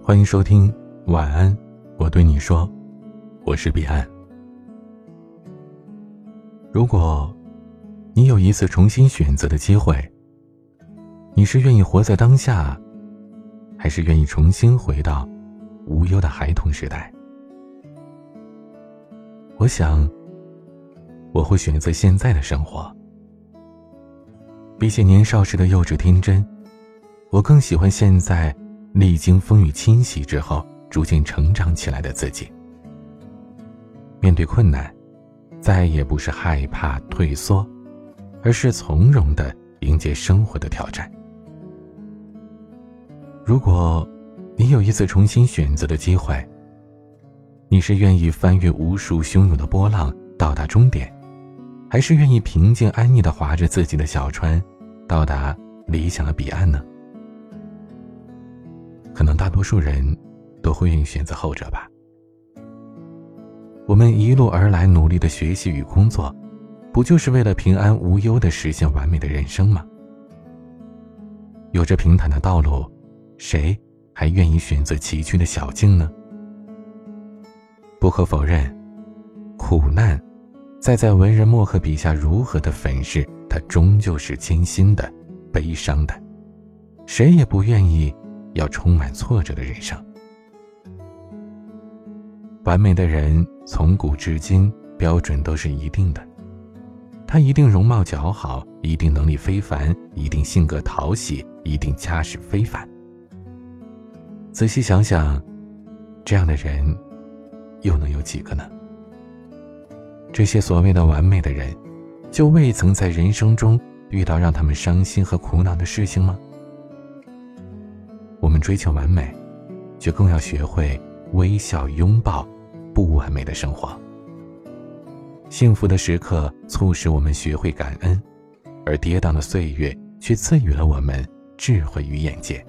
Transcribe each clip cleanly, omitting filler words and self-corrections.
欢迎收听晚安，我对你说，我是彼岸。如果你有一次重新选择的机会，你是愿意活在当下，还是愿意重新回到无忧的孩童时代？我想我会选择现在的生活。比起年少时的幼稚天真，我更喜欢现在历经风雨侵袭之后逐渐成长起来的自己。面对困难，再也不是害怕退缩，而是从容地迎接生活的挑战。如果你有一次重新选择的机会，你是愿意翻越无数汹涌的波浪到达终点，还是愿意平静安逸地划着自己的小船到达理想的彼岸呢？可能大多数人都会愿意选择后者吧。我们一路而来努力的学习与工作，不就是为了平安无忧地实现完美的人生吗？有着平坦的道路，谁还愿意选择崎岖的小径呢？不可否认，苦难在文人墨客笔下如何的粉饰，它终究是艰辛的、悲伤的。谁也不愿意要充满挫折的人生。完美的人从古至今标准都是一定的，他一定容貌姣好，一定能力非凡，一定性格讨喜，一定家世非凡。仔细想想，这样的人又能有几个呢？这些所谓的完美的人，就未曾在人生中遇到让他们伤心和苦恼的事情吗？我们追求完美，却更要学会微笑拥抱不完美的生活。幸福的时刻促使我们学会感恩，而跌宕的岁月却赐予了我们智慧与眼界。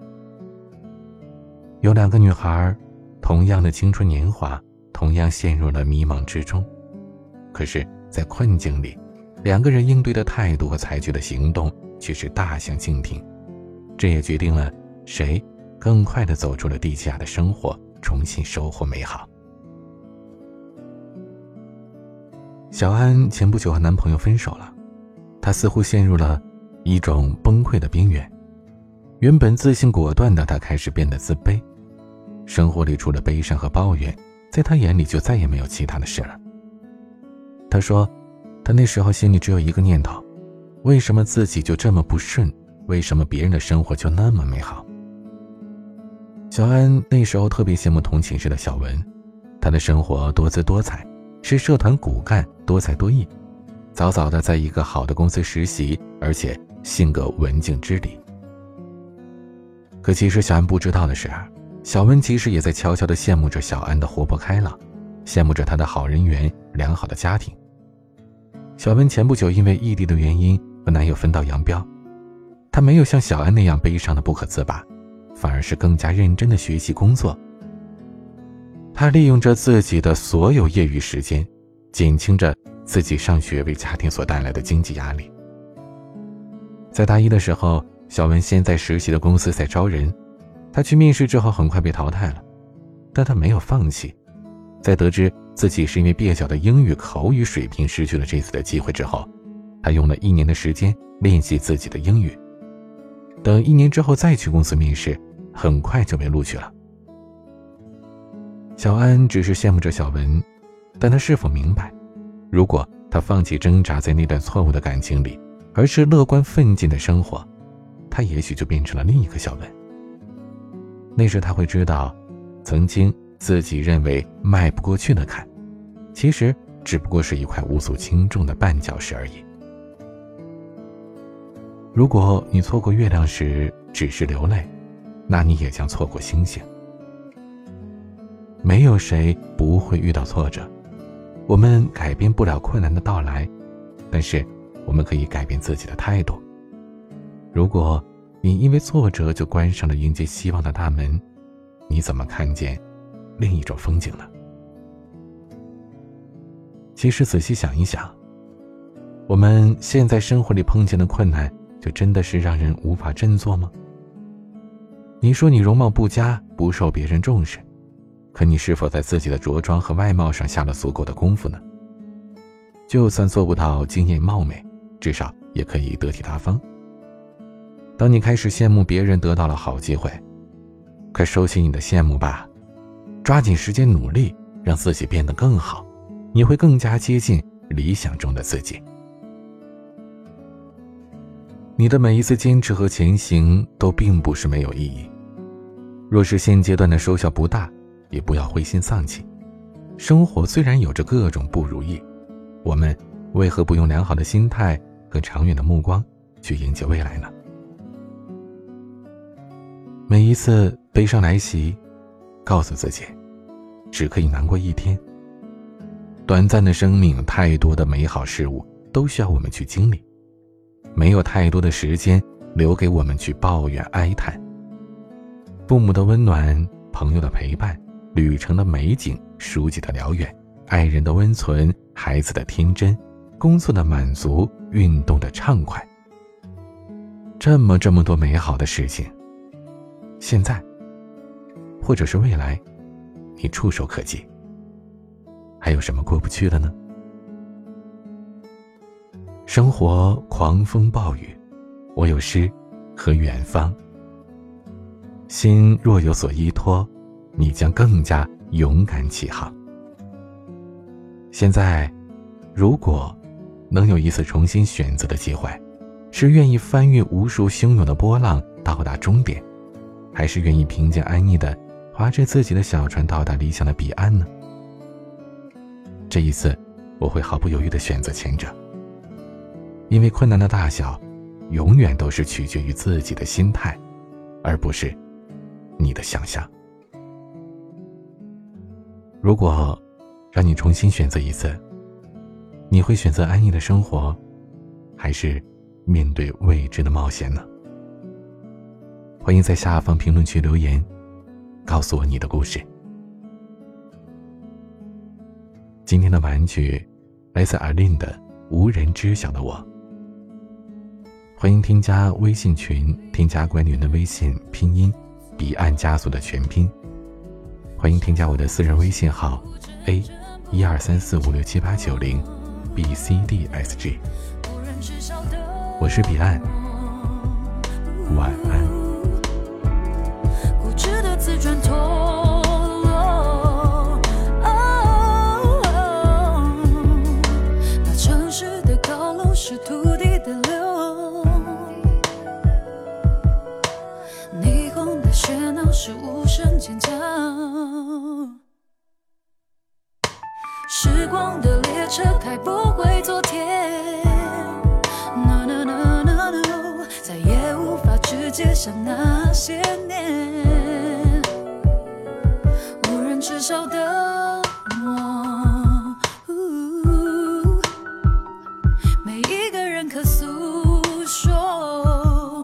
有两个女孩，同样的青春年华，同样陷入了迷茫之中。可是在困境里，两个人应对的态度和采取的行动却是大相径庭。这也决定了谁更快地走出了低气压的生活，重新收获美好。小安前不久和男朋友分手了，她似乎陷入了一种崩溃的边缘。原本自信果断的她开始变得自卑，生活里除了悲伤和抱怨，在她眼里就再也没有其他的事了。她说，她那时候心里只有一个念头，为什么自己就这么不顺，为什么别人的生活就那么美好？小安那时候特别羡慕同寝室的小文，她的生活多姿多彩，是社团骨干，多才多艺，早早的在一个好的公司实习，而且性格文静知礼。可其实小安不知道的是，小文其实也在悄悄地羡慕着小安的活泼开朗，羡慕着她的好人缘、良好的家庭。小文前不久因为异地的原因和男友分道扬镳，她没有像小安那样悲伤的不可自拔，反而是更加认真的学习工作。她利用着自己的所有业余时间，减轻着自己上学为家庭所带来的经济压力。在大一的时候，小文先在实习的公司在招人，她去面试之后很快被淘汰了，但她没有放弃。在得知自己是因为蹩脚的英语口语水平失去了这次的机会之后，她用了1年的时间练习自己的英语。等1年之后再去公司面试，很快就被录取了。小安只是羡慕着小文，但她是否明白，如果她放弃挣扎在那段错误的感情里，而是乐观奋进的生活，她也许就变成了另一个小文。那时她会知道，曾经自己认为迈不过去的坎，其实只不过是一块无足轻重的绊脚石而已。如果你错过月亮时只是流泪，那你也将错过星星。没有谁不会遇到挫折，我们改变不了困难的到来，但是我们可以改变自己的态度。如果你因为挫折就关上了迎接希望的大门，你怎么看见另一种风景呢？其实仔细想一想，我们现在生活里碰见的困难，就真的是让人无法振作吗？ 你说你容貌不佳，不受别人重视，可你是否在自己的着装和外貌上下了足够的功夫呢？就算做不到惊艳貌美，至少也可以得体大方。当你开始羡慕别人得到了好机会，快收起你的羡慕吧，抓紧时间努力，让自己变得更好，你会更加接近理想中的自己。你的每一次坚持和前行都并不是没有意义，若是现阶段的收效不大，也不要灰心丧气。生活虽然有着各种不如意，我们为何不用良好的心态和长远的目光去迎接未来呢？每一次悲伤来袭，告诉自己，只可以难过一天。短暂的生命，太多的美好事物都需要我们去经历，没有太多的时间留给我们去抱怨哀叹。父母的温暖，朋友的陪伴，旅程的美景，书籍的辽远，爱人的温存，孩子的天真，工作的满足，运动的畅快，这么多美好的事情，现在或者是未来，你触手可及，还有什么过不去的呢？生活狂风暴雨，我有诗和远方。心若有所依托，你将更加勇敢起航。现在，如果能有一次重新选择的机会，是愿意翻越无数汹涌的波浪到达终点，还是愿意平静安逸地划着自己的小船到达理想的彼岸呢？这一次，我会毫不犹豫地选择前者，因为困难的大小永远都是取决于自己的心态，而不是你的想象。如果让你重新选择一次，你会选择安逸的生活，还是面对未知的冒险呢？欢迎在下方评论区留言，告诉我你的故事。今天的晚安曲来自Arlene的《无人知晓的我》。欢迎添加微信群，添加管理员的微信拼音彼岸家族的全拼。欢迎添加我的私人微信号 A123456789 BCDSG。 我是彼岸，晚安。 固执的自转陀螺，那城市的高楼是土地的流，霓虹的喧闹是无声尖叫，时光的列车开不回昨天， No no no no no， 再也无法直接想那些年，无人知晓的我，每一个人可诉说。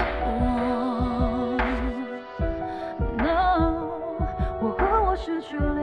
失去了